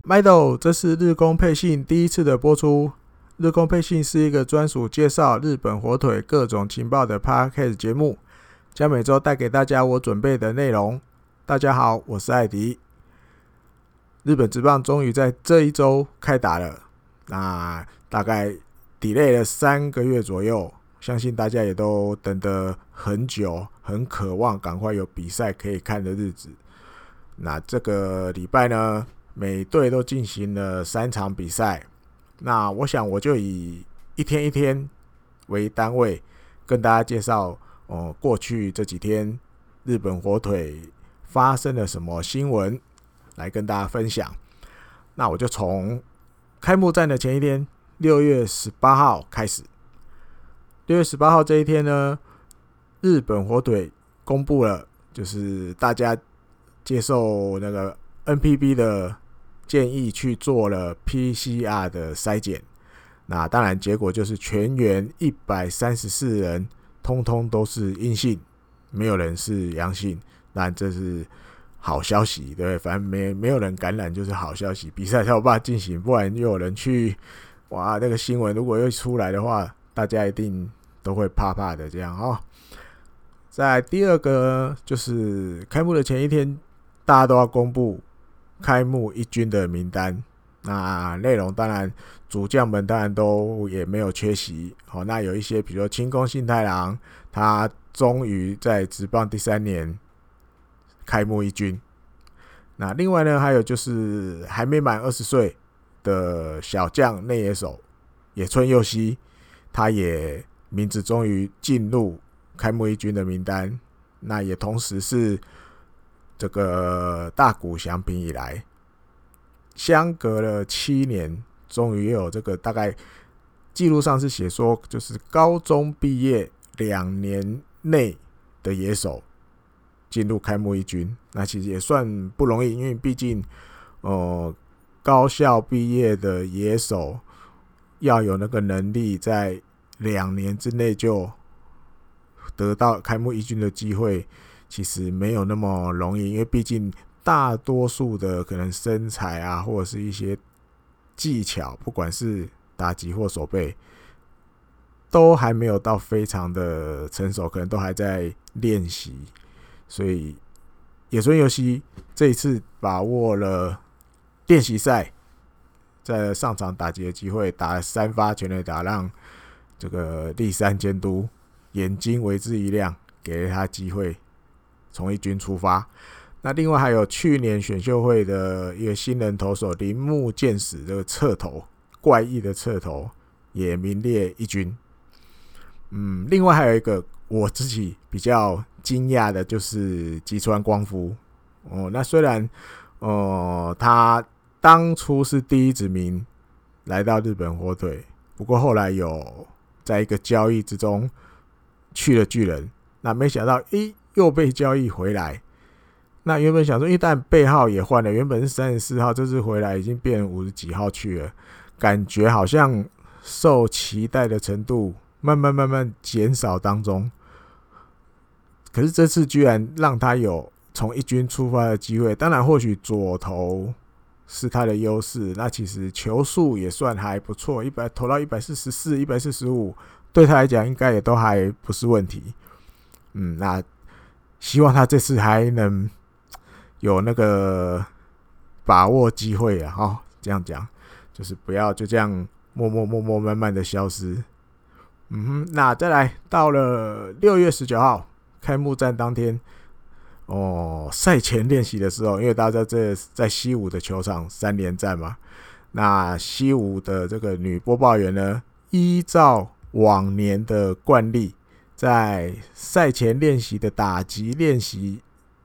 Mido，这是日工配信第一次的播出。日工配信是一个专属介绍日本火腿各种情报的 Podcast 节目，将每周带给大家我准备的内容。大家好，我是艾迪。日本职棒终于在这一周开打了，那大概 delay 了3个月左右，相信大家也都等得很久，很渴望赶快有比赛可以看的日子。那这个礼拜呢，每队都进行了3场比赛，那我想我就以一天一天为单位，跟大家介绍过去这几天日本火腿发生了什么新闻，来跟大家分享。那我就从开幕战的前一天6月18号开始。6月18号这一天呢，日本火腿公布了，就是大家接受那个 NPB 的建议去做了 PCR 的筛检，那当然结果就是全员134人通通都是阴性，没有人是阳性。那这是好消息，对不对？反正没有人感染就是好消息，比赛才有办法进行，不然又有人去，哇，那个新闻如果又出来的话，大家一定都会怕怕的这样哦。在第二个就是开幕的前一天，大家都要公布开幕一军的名单，那内容当然主将们当然都也没有缺席。那有一些比如说清宫信太郎，他终于在职棒第3年开幕一军。那另外呢，还有就是还没满20岁的小将内野手野村佑希，他也名字终于进入开幕一军的名单。那也同时是这个大谷翔平以来相隔了7年，终于有这个大概记录上是写说，就是高中毕业2年内的野手进入开幕一军。那其实也算不容易，因为毕竟高校毕业的野手要有那个能力在2年之内就得到开幕一军的机会，其实没有那么容易，因为毕竟大多数的可能身材啊，或者是一些技巧，不管是打击或守备，都还没有到非常的成熟，可能都还在练习。所以野村佑希这一次把握了练习赛在上场打击的机会，打了3发全垒打，让这个立山监督眼睛为之一亮，给了他机会从一军出发。那另外还有去年选秀会的一个新人投手铃木健史，这个侧投怪异的侧投也名列一军。另外还有一个我自己比较惊讶的就是吉川光夫。那虽然他当初是第1指名来到日本火腿，不过后来有在一个交易之中去了巨人，那没想到又被交易回来。那原本想说，但背号也换了，原本是34号，这次回来已经变50几号去了，感觉好像受期待的程度慢慢减少当中。可是这次居然让他有从一军出发的机会，当然或许左投是他的优势，那其实球速也算还不错，投到144、145，对他来讲应该也都还不是问题。那希望他这次还能有那个把握机会啊，这样讲就是不要就这样默默慢慢的消失。那再来到了6月19号开幕战当天，赛前练习的时候，因为大家这在西武的球场3连战嘛，那西武的这个女播报员呢，依照往年的惯例，在赛前练习的打击练习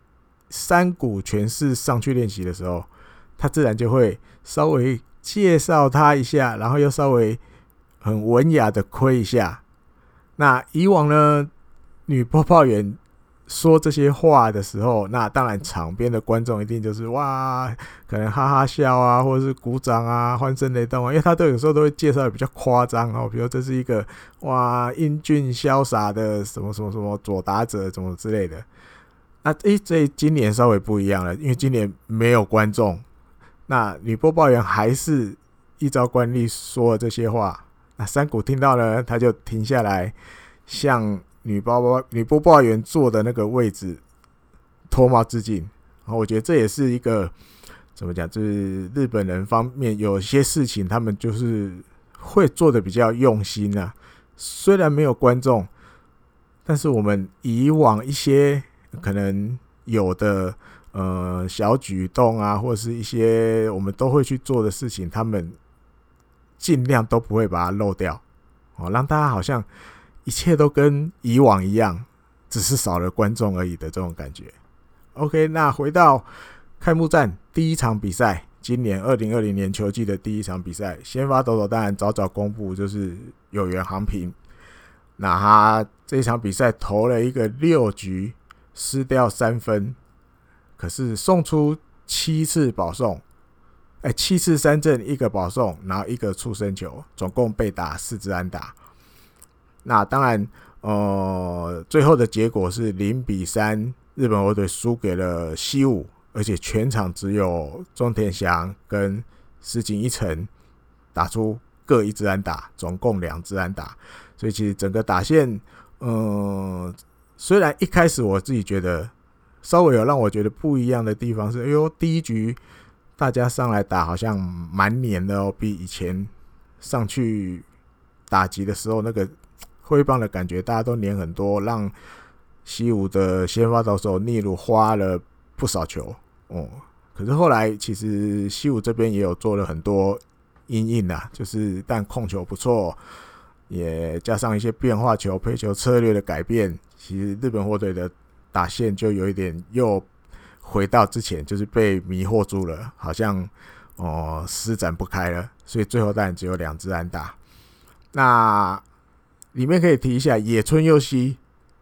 3股全是上去练习的时候，他自然就会稍微介绍他一下，然后又稍微很文雅的亏一下。那以往呢，女播报员说这些话的时候，那当然场边的观众一定就是哇，可能哈哈笑啊，或者是鼓掌啊，欢声雷动啊，因为他都有时候都会介绍的比较夸张比如这是一个哇英俊潇洒的什么什么什么左打者什么之类的。那这今年稍微不一样了，因为今年没有观众， 那女播报员还是依照惯例说了这些话。那山谷听到了，他就停下来，向女播报员坐的那个位置脱帽致敬。我觉得这也是一个怎么讲，就是日本人方面有些事情，他们就是会做的比较用心啊。虽然没有观众，但是我们以往一些可能有的小举动啊，或者是一些我们都会去做的事情，他们尽量都不会把它漏掉，让大家好像一切都跟以往一样，只是少了观众而已的这种感觉。OK， 那回到开幕战第一场比赛，今年2020年球季的第一场比赛，先发投手当然早公布，就是有原航平。那他这一场比赛投了一个6局，失掉3分，可是送出7次保送，7次三振，1个保送，然后1个触身球，总共被打4支安打。那当然，最后的结果是0-3，日本火腿输给了西武，而且全场只有中田翔跟石井一成打出各1支安打，总共2支安打。所以其实整个打线，虽然一开始我自己觉得稍微有让我觉得不一样的地方是，第一局大家上来打好像蛮黏的哦，比以前上去打击的时候那个挥棒的感觉大家都黏很多，让西武的先发投手逆路花了不少球可是后来其实西武这边也有做了很多因应啊，就是但控球不错，也加上一些变化球、配球策略的改变，其实日本火腿的打线就有一点又回到之前，就是被迷惑住了，好像施展不开了，所以最后当然只有2支安打。那里面可以提一下野村佑希，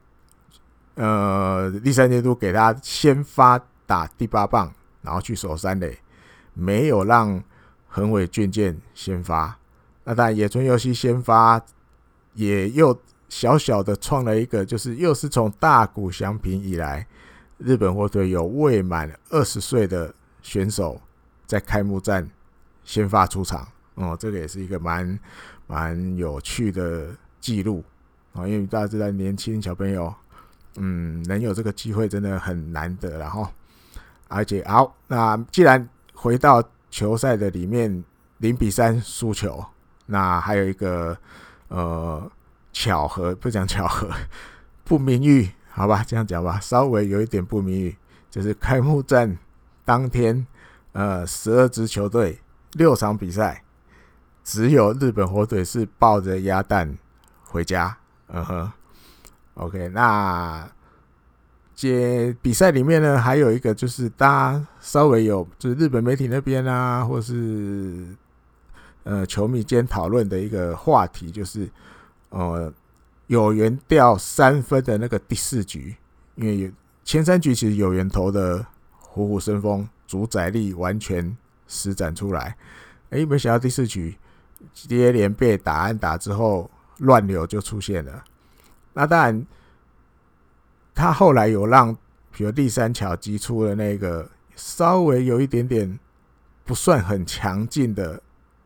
第三阶段给他先发打第8棒，然后去守3垒，没有让横尾俊介先发。那当然野村佑希先发也又小小的创了一个，就是又是从大谷翔平以来，日本火腿有未满20岁的选手在开幕战先发出场，这个也是一个蛮有趣的记录，因为大家知道年轻小朋友，能有这个机会真的很难得啦齁。而且好，那既然回到球赛的里面，0-3输球，那还有一个巧合，不讲巧合，不名誉，好吧，这样讲吧，稍微有一点不名誉，就是开幕战当天，12支球队6场比赛，只有日本火腿是抱着鸭蛋回家。OK， 那比赛里面呢，还有一个就是大家稍微有，就是日本媒体那边啊，或是球迷间讨论的一个话题，就是有缘掉3分的那个第4局，因为前3局其实有缘投的虎虎生风，主宰力完全施展出来，没想到第4局接连被打安打之后，乱流就出现了。那当然他后来有让比如第三桥击出了那个稍微有一点点不算很强劲的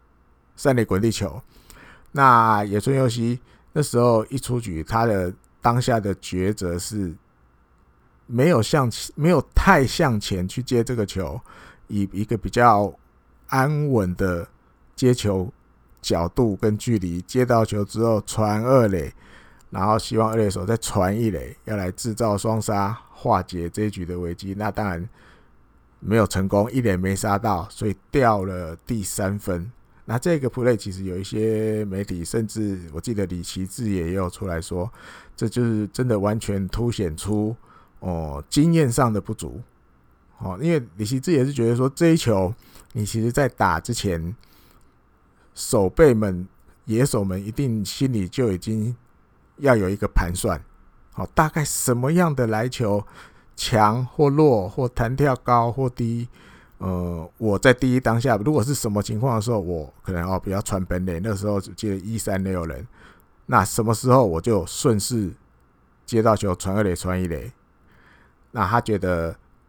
3垒滚地球，那野村佑希那时候一出局，他的当下的抉择是没有太向前去接这个球，以一个比较安稳的接球角度跟距离，接到球之后传2垒，然后希望2垒手再传1垒，要来制造双杀，化解这一局的危机。那当然没有成功，1垒没杀到，所以掉了第3分。那这个 play 其实有一些媒体，甚至我记得李奇志也有出来说，这就是真的完全凸显出经验上的不足。因为李奇志也是觉得说，这一球你其实在打之前，守备们野手们一定心里就已经要有一个盘算，大概什么样的来球强或弱或弹跳高或低，我在第一当下如果是什么情况的时候，我可能比较传本垒，那时候只记得1-3垒有人，那什么时候我就顺势接到球传2垒传1垒。那他觉得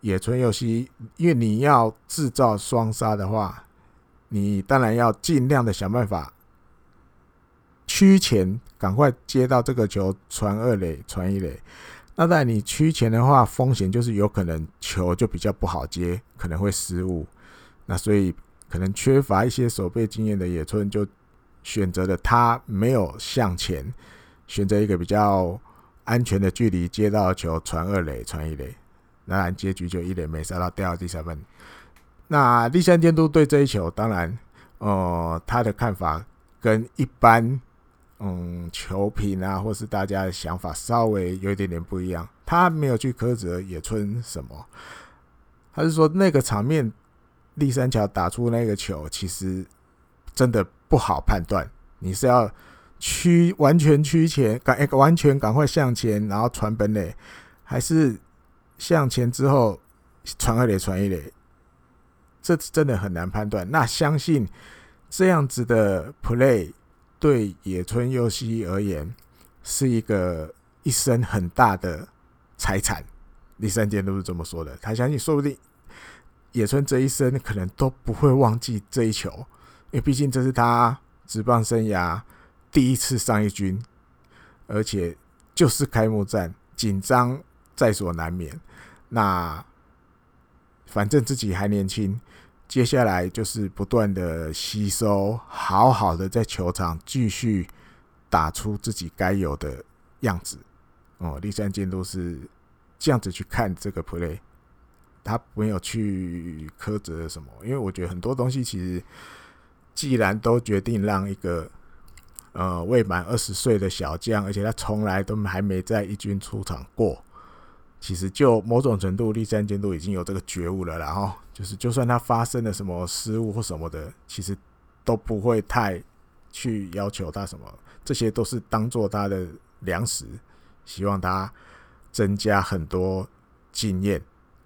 野村佑希，因为你要制造双杀的话，你当然要尽量的想办法趋前，赶快接到这个球，传二垒，传一垒。那在你趋前的话，风险就是有可能球就比较不好接，可能会失误。那所以可能缺乏一些守备经验的野村就选择了他没有向前，选择一个比较安全的距离接到球，传二垒，传一垒。当然结局就一垒没杀到，掉到第3分。那立山监督对这一球，当然他的看法跟一般球评啊或是大家的想法稍微有一点点不一样。他没有去苛责野村什么，他是说那个场面立山桥打出那个球其实真的不好判断，你是要完全趋前，完全赶快向前然后传本垒，还是向前之后传二垒传一垒，这真的很难判断。那相信这样子的 play 对野村佑希而言是一生很大的财产，立山监督是这么说的。他相信说不定野村这一生可能都不会忘记这一球，因为毕竟这是他职棒生涯第一次上一军，而且就是开幕战，紧张在所难免。那反正自己还年轻，接下来就是不断的吸收，好好的在球场继续打出自己该有的样子。立山监督是这样子去看这个 play， 他没有去苛责什么，因为我觉得很多东西其实既然都决定让一个未满20岁的小将，而且他从来都还没在一军出场过，其实就某种程度立山监督已经有这个觉悟了啦，就是就算他发生了什么失误或什么的，其实都不会太去要求他什么，这些都是当做他的粮食，希望他增加很多经验。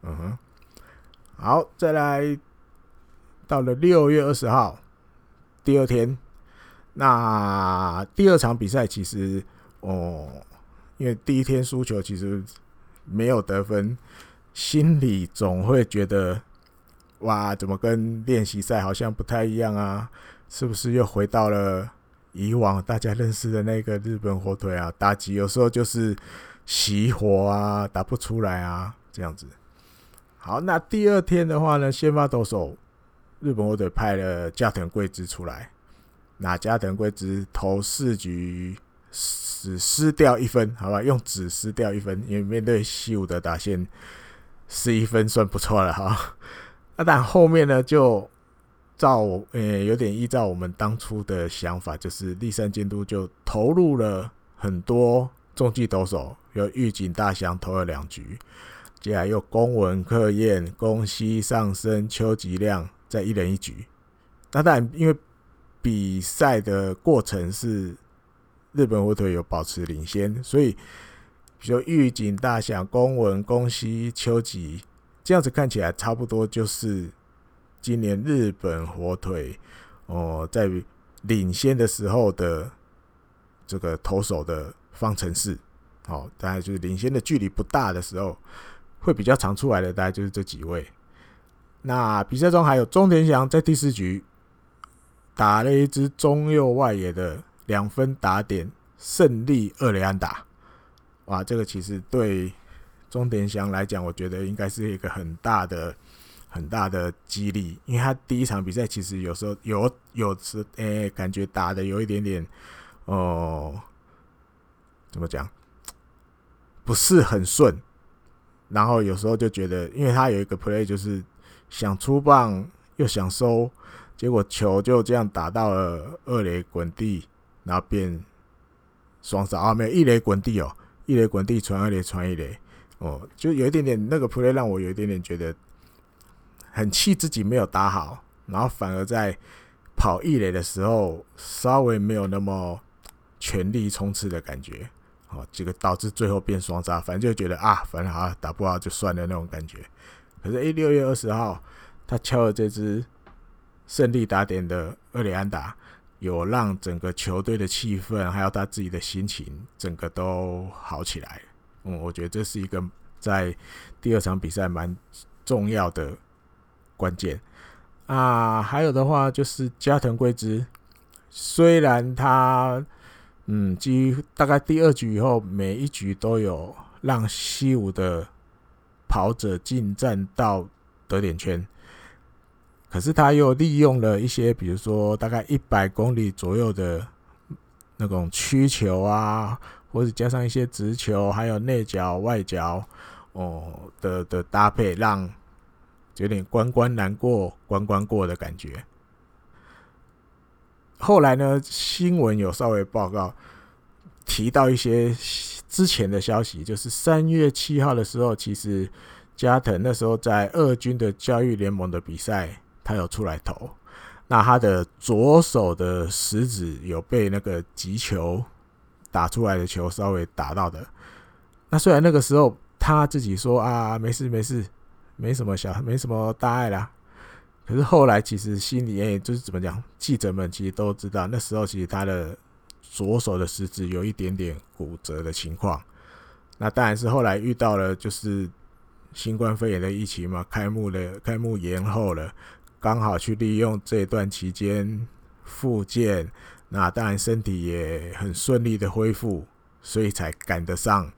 好，再来到了6月20号第二天，那第二场比赛其实因为第一天输球其实没有得分，心里总会觉得哇，怎么跟练习赛好像不太一样啊？是不是又回到了以往大家认识的那个日本火腿啊？打击有时候就是熄火啊，打不出来啊，这样子。好，那第二天的话呢，先发投手日本火腿派了加藤贵之出来，那加藤贵之投4局只失掉1分，好吧，用只失掉1分，因为面对西武的打线失1分算不错了哈。那但后面呢，就有点依照我们当初的想法，就是立山监督就投入了很多中继投手，有玉井大翔投了2局，接下来又宫文克彦、宫西上升、邱吉亮在1人1局。那当然，因为比赛的过程是日本火腿有保持领先，所以比如玉井大翔、宫文、宫西、邱吉这样子看起来差不多就是今年日本火腿在领先的时候的这个投手的方程式。大概就是领先的距离不大的时候会比较常出来的，大概就是这几位。那比赛中还有中田翔在第4局打了一支中右外野的2分打点胜利2垒安打。哇，这个其实对中田翔来讲，我觉得应该是一个很大的激励，因为他第一场比赛其实有时候有时感觉打的有一点点怎么讲，不是很顺，然后有时候就觉得，因为他有一个 play 就是想出棒又想收，结果球就这样打到了2垒滚地，然后变双杀没有1垒滚地1垒滚地传2垒传1垒就有一点点那个 play 让我有一点点觉得很气自己没有打好，然后反而在跑1垒的时候稍微没有那么全力冲刺的感觉。这个导致最后变双杀，反正就觉得反正好打不好就算了那种感觉。可是6月20号他敲了这支胜利打点的2垒安打，有让整个球队的气氛还有他自己的心情整个都好起来。我觉得这是一个在第二场比赛蛮重要的关键啊。还有的话就是加藤贵之，虽然他几乎大概第二局以后，每一局都有让西武的跑者进站到得点圈，可是他又利用了一些，比如说大概100公里左右的那种曲球啊，或者加上一些直球，还有内角、外角的搭配，让有点关关难过关关过的感觉。后来呢，新闻有稍微报告提到一些之前的消息，就是3月7号的时候，其实加藤那时候在二军的教育联盟的比赛，他有出来投。那他的左手的食指有被那个击球打出来的球稍微打到的。那虽然那个时候他自己说啊，没事没事，没什么大碍啦，可是后来其实心里面就是怎么讲，记者们其实都知道，那时候其实他的左手的食指有一点点骨折的情况。那当然是后来遇到了就是新冠肺炎的疫情嘛，开幕延后了，刚好去利用这段期间复健，那当然身体也很顺利的恢复，所以才赶得上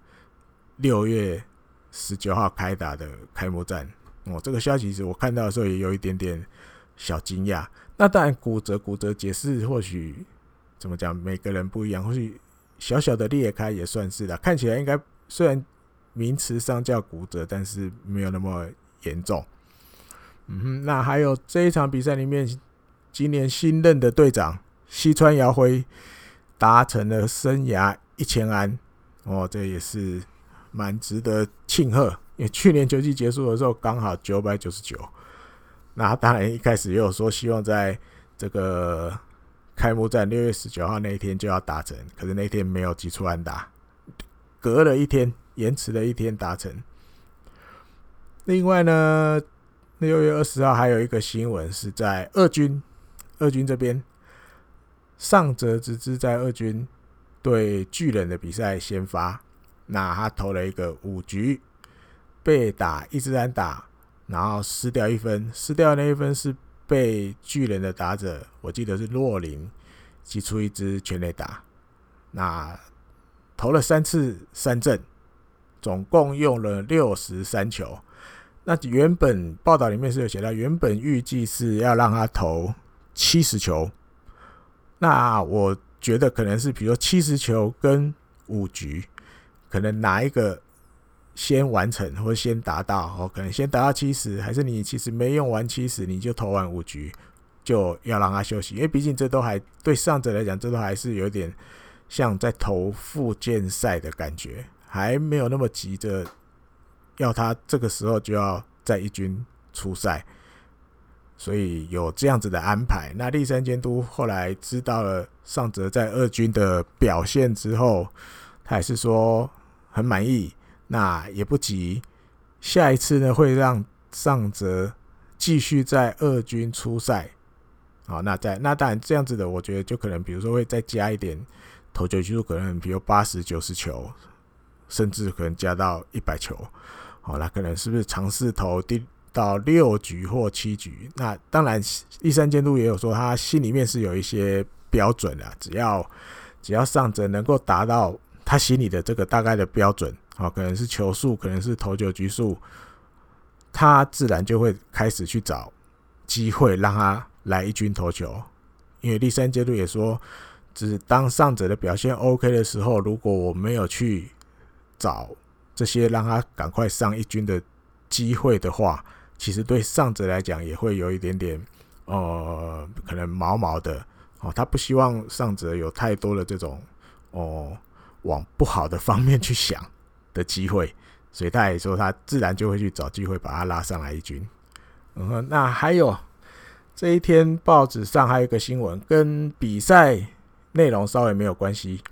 6月19号开打的开幕战。这个消息其实我看到的时候也有一点点小惊讶。那当然骨折解释或许怎么讲，每个人不一样，或许小小的裂开也算是啦，看起来应该虽然名词上叫骨折，但是没有那么严重。那还有这一场比赛里面，今年新任的队长西川遥辉达成了生涯1000安，这也是蛮值得庆贺。因为去年球季结束的时候刚好999，那当然一开始也有说希望在这个开幕战6月19号那一天就要达成，可是那天没有击出安打，隔了一天，延迟了一天达成。另外呢，6月20号还有一个新闻是在二军这边，上泽直之在二军对巨人的比赛先发，那他投了一个5局，被打1支安打，然后失掉1分，失掉的那1分是被巨人的打者，我记得是洛林击出1支全垒打，那投了3次3振，总共用了63球。那原本报道里面是有写到，原本预计是要让他投70球，那我觉得可能是比如说70球跟5局，可能哪一个先完成或先达到，可能先达到70，还是你其实没用完70你就投完5局就要让他休息，因为毕竟这都还对上者来讲，这都还是有点像在投复健赛的感觉，还没有那么急着要他这个时候就要在一军出赛，所以有这样子的安排。那立山监督后来知道了上泽在二军的表现之后，他也是说很满意，那也不急，下一次呢会让上泽继续在二军出赛。那当然这样子的，我觉得就可能比如说会再加一点投球局数，可能比如80、90球，甚至可能加到100球。那可能是不是尝试投到6局或7局？那当然，立山监督也有说，他心里面是有一些标准的，只要上泽能够达到他心里的这个大概的标准，可能是球数，可能是投球局数，他自然就会开始去找机会让他来一军投球。因为立山监督也说，只是当上泽的表现 OK 的时候，如果我没有去找这些让他赶快上一军的机会的话，其实对上泽来讲也会有一点点可能毛毛的，他不希望上泽有太多的这种往不好的方面去想的机会，所以他也说他自然就会去找机会把他拉上来一军。那还有这一天报纸上还有一个新闻，跟比赛内容稍微没有关系，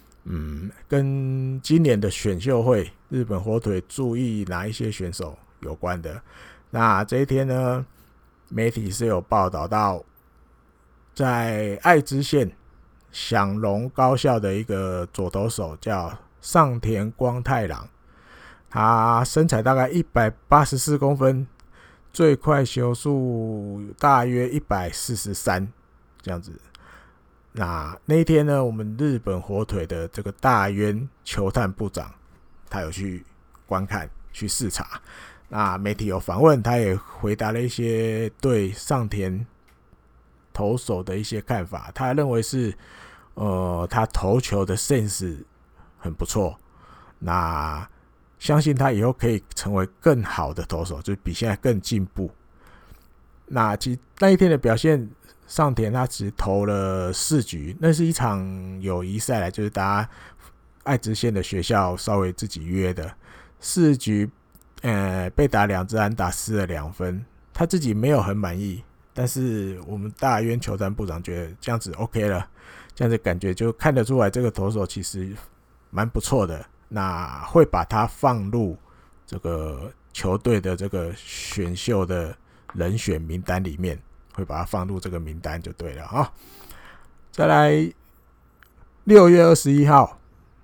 跟今年的选秀会日本火腿注意哪一些选手有关的。那这一天呢，媒体是有报道到，在爱知县享荣高校的一个左投手叫上田光太郎， 他身材大概184公分，最快球速大约143这样子。那一天呢，我们日本火腿的这个大渊球探部长，他有去观看、去视察。那媒体有访问，他也回答了一些对上田投手的一些看法。他认为是，他投球的 sense 很不错。那相信他以后可以成为更好的投手，就是比现在更进步。那其实那一天的表现，上田他只投了4局，那是一场友谊赛来，就是大家爱知县的学校稍微自己约的4局，被打2支安打，失了2分，他自己没有很满意，但是我们大渊球探部长觉得这样子 OK 了，这样子感觉就看得出来这个投手其实蛮不错的。那会把他放入这个球队的这个选秀的人选名单里面，会把他放入这个名单就对了啊。再来6月21号，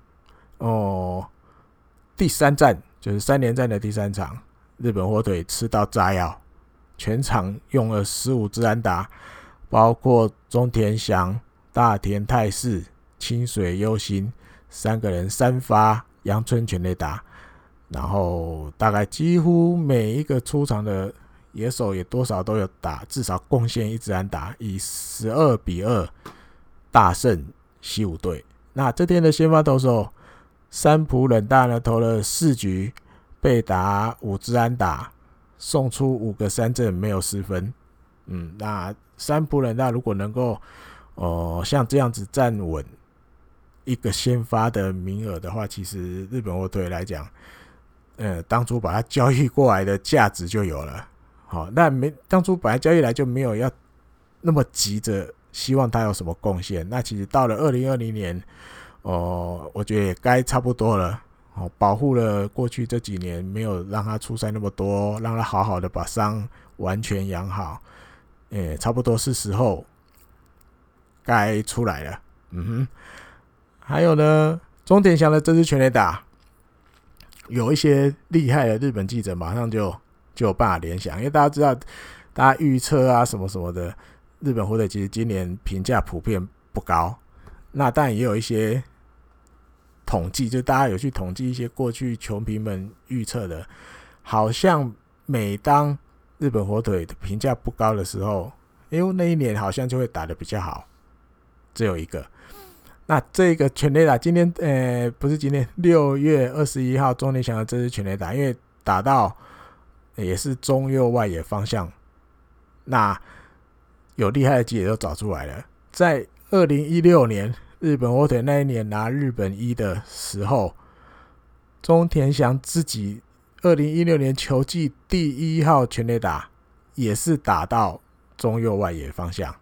第3战就是3连战的第3场，日本火腿吃到炸药，全场用了15支安打，包括中田翔、大田泰示、清水优心3个人3发阳春全垒打，然后大概几乎每一个出场的野手也多少都有打，至少贡献1支安打，以12-2大胜西武队。那这天的先发投手三浦忍大呢，投了4局，被打5支安打，送出5个三振，没有失分。那三浦忍大如果能够像这样子站稳一个先发的名额的话，其实日本火腿来讲，当初把他交易过来的价值就有了。好，那当初本来交易来就没有要那么急着希望他有什么贡献。那其实到了2020年，我觉得也该差不多了。保护了过去这几年，没有让他出赛那么多，让他好好的把伤完全养好，差不多是时候该出来了。还有呢，中田翔的这支全垒打，有一些厉害的日本记者马上就有办法联想，因为大家知道，大家预测啊什么什么的，日本火腿其实今年评价普遍不高。那当然也有一些统计，就大家有去统计一些过去球评们预测的，好像每当日本火腿的评价不高的时候，那一年好像就会打得比较好，只有一个。那这个全垒打，今天不是今天6月21号中田翔的这支全垒打，因为打到也是中右外野方向，那有厉害的记者都找出来了。在2016年日本火腿那一年拿日本一的时候，中田翔自己2016年球季第1号全垒打也是打到中右外野方向，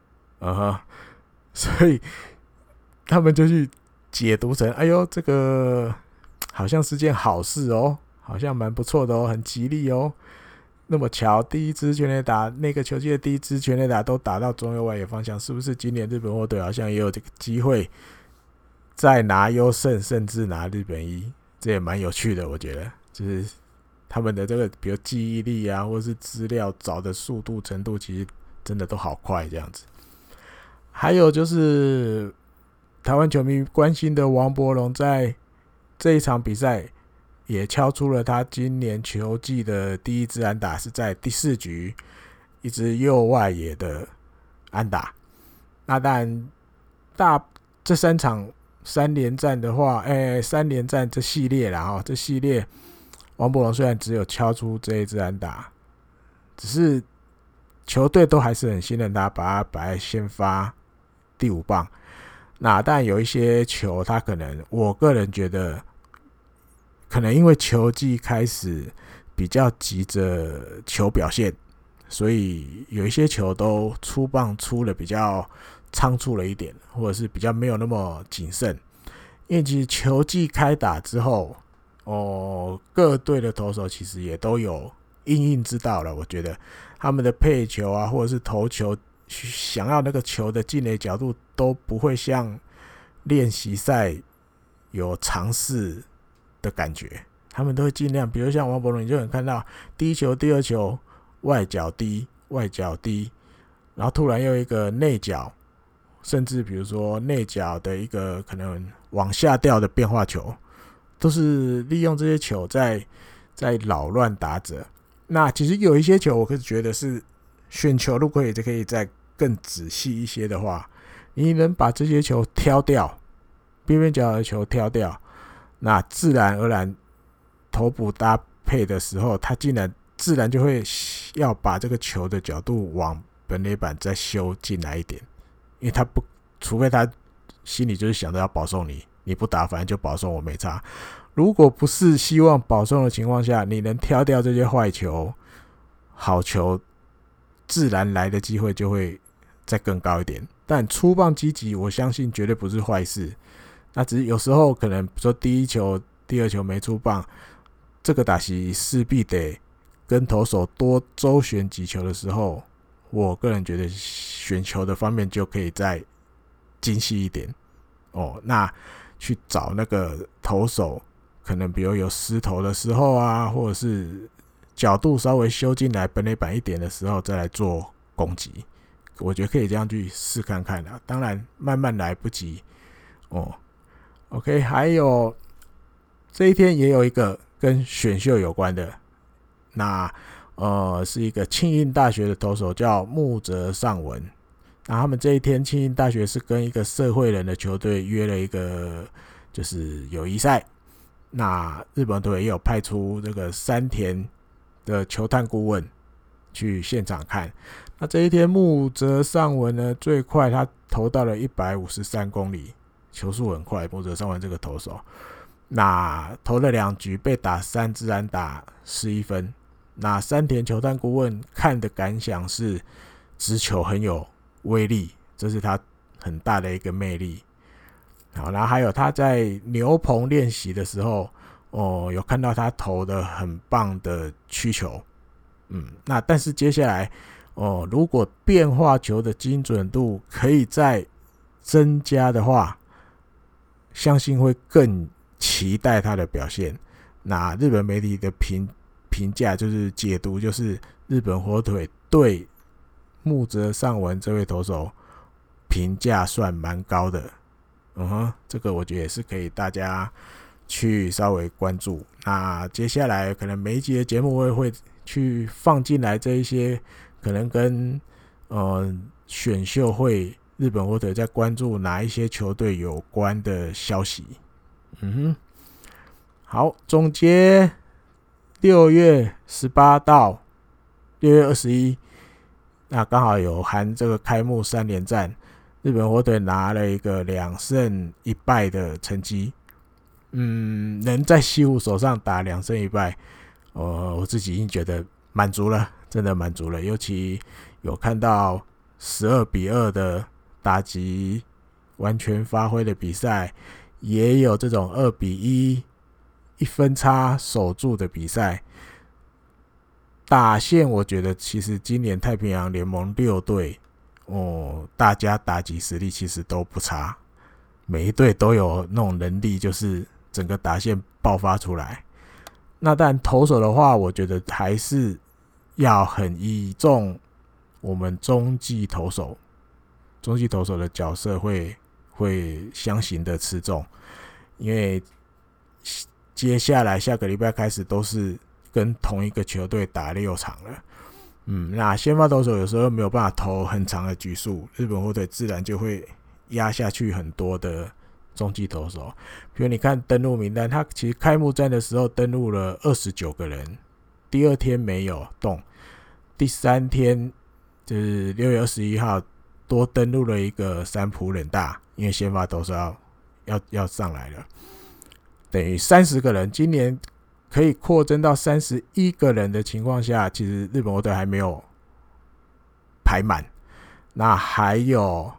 所以他们就去解读成，这个好像是件好事哦，好像蛮不错的哦，很吉利哦。那么巧，第一支全垒打，那个球季的第一支全垒打都打到中右外野方向，是不是今年日本火腿好像也有这个机会再拿优胜，甚至拿日本一？这也蛮有趣的，我觉得，就是他们的这个，比如记忆力啊，或是资料找的速度程度，其实真的都好快这样子。还有就是台湾球迷关心的王柏融，在这一场比赛也敲出了他今年球季的第1支安打，是在第4局一支右外野的安打。那当然这3场3连战的话，3连战这系列啦，这系列王柏融虽然只有敲出这1支安打，只是球队都还是很信任他，把他摆在先发第5棒。那当然有一些球他可能，我个人觉得可能因为球季开始比较急着求表现，所以有一些球都出棒出的比较仓促了一点，或者是比较没有那么谨慎。因为其实球季开打之后，各队的投手其实也都有因应之道了。我觉得他们的配球啊，或者是投球，想要那个球的进垒角度都不会像练习赛有尝试的感觉， 他们都会尽量，比如像王柏荣，你就能看到第一球、第二球外角低，然后突然又一个内角，甚至比如说内角的一个可能往下掉的变化球，都是利用这些球在扰乱打者。那其实有一些球，我可是觉得是选球，如果可以再更仔细一些的话，你能把这些球挑掉，边边角角的球挑掉，那自然而然头部搭配的时候，他竟然自然就会要把这个球的角度往本垒板再修进来一点，因为他不，除非他心里就是想着要保送你，你不打反正就保送我没差。如果不是希望保送的情况下，你能挑掉这些坏球，好球自然来的机会就会再更高一点。但出棒积极，我相信绝对不是坏事。那只是有时候可能比如说第一球、第二球没出棒，这个打席势必得跟投手多周旋几球的时候，我个人觉得选球的方面就可以再精细一点哦。那去找那个投手，可能比如有失投的时候啊，或者是角度稍微修进来本垒板一点的时候，再来做攻击。我觉得可以这样去试看看啦，当然慢慢来不急哦。OK， 还有这一天也有一个跟选秀有关的，那是一个庆应大学的投手叫木泽尚文。那他们这一天庆应大学是跟一个社会人的球队约了一个就是友谊赛，那日本队也有派出这个山田的球探顾问去现场看。那这一天木泽尚文呢，最快他投到了153公里，球速很快。木泽尚文这个投手，那投了2局被打3支安打11分。那山田球探顾问看的感想是直球很有威力，这是他很大的一个魅力。好，然后还有他在牛棚练习的时候，有看到他投的很棒的曲球。那但是接下来如果变化球的精准度可以再增加的话，相信会更期待他的表现。那日本媒体的评价就是解读，就是日本火腿对木泽尚文这位投手评价算蛮高的。这个我觉得也是可以大家去稍微关注。那接下来可能每一集的节目我也会去放进来这一些可能跟选秀会日本火腿在关注哪一些球队有关的消息。好，总结6月18到6月21，那刚好有含这个开幕3连战，日本火腿拿了一个2胜1败的成绩。能在西武手上打2胜1败，我自己已经觉得满足了，真的满足了。尤其有看到12-2的打击完全发挥的比赛，也有这种2-1 1分差守住的比赛。打线我觉得其实今年太平洋联盟6队大家打击实力其实都不差，每一队都有那种能力，就是整个打线爆发出来。那但投手的话，我觉得还是要很倚重我们中继投手的角色会相形的吃重，因为接下来下个礼拜开始都是跟同一个球队打6场了。那先发投手有时候没有办法投很长的局数，日本火腿自然就会压下去很多的中继投手。比如你看登录名单，他其实开幕战的时候登录了29个人，第2天没有动，第3天就是6月21号多登录了一个三浦稔大，因为先发投手要上来了，等于30个人。今年可以扩增到31个人的情况下，其实日本火腿还没有排满。那还有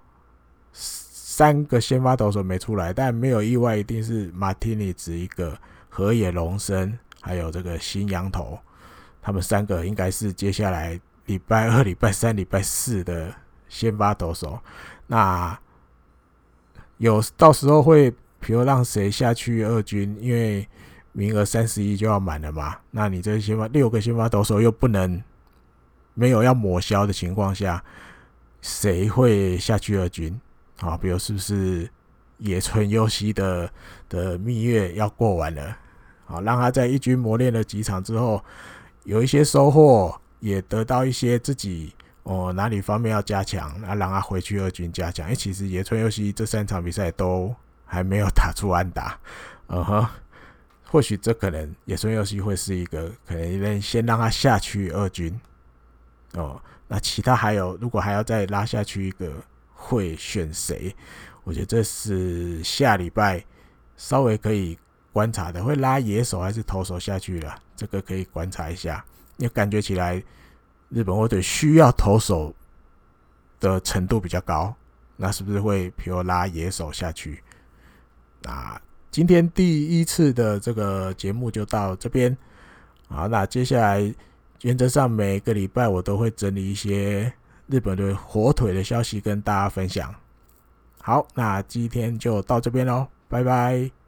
3个先发投手没出来，但没有意外，一定是马丁尼兹一个、河野龙生，还有这个新洋头，他们3个应该是接下来礼拜2、礼拜3、礼拜4的先发投手。那有到时候会比如让谁下去2军，因为名额31就要满了嘛，那你这6个先发投手又不能没有要抹消的情况下，谁会下去二军？好，比如是不是野村优希的蜜月要过完了？好，让他在一军磨练了几场之后，有一些收获，也得到一些自己哪里方面要加强，那让他回去二军加强。因为其实野村优希这3场比赛都还没有打出安打，或许这可能野村优希会是一个可能先让他下去二军那其他还有如果还要再拉下去一个会选谁？我觉得这是下礼拜稍微可以观察的，会拉野手还是投手下去了，这个可以观察一下。因为感觉起来日本火腿需要投手的程度比较高，那是不是会比如拉野手下去？那今天第1次的这个节目就到这边。好，那接下来原则上每个礼拜我都会整理一些日本的火腿的消息跟大家分享。好，那今天就到这边咯，拜拜。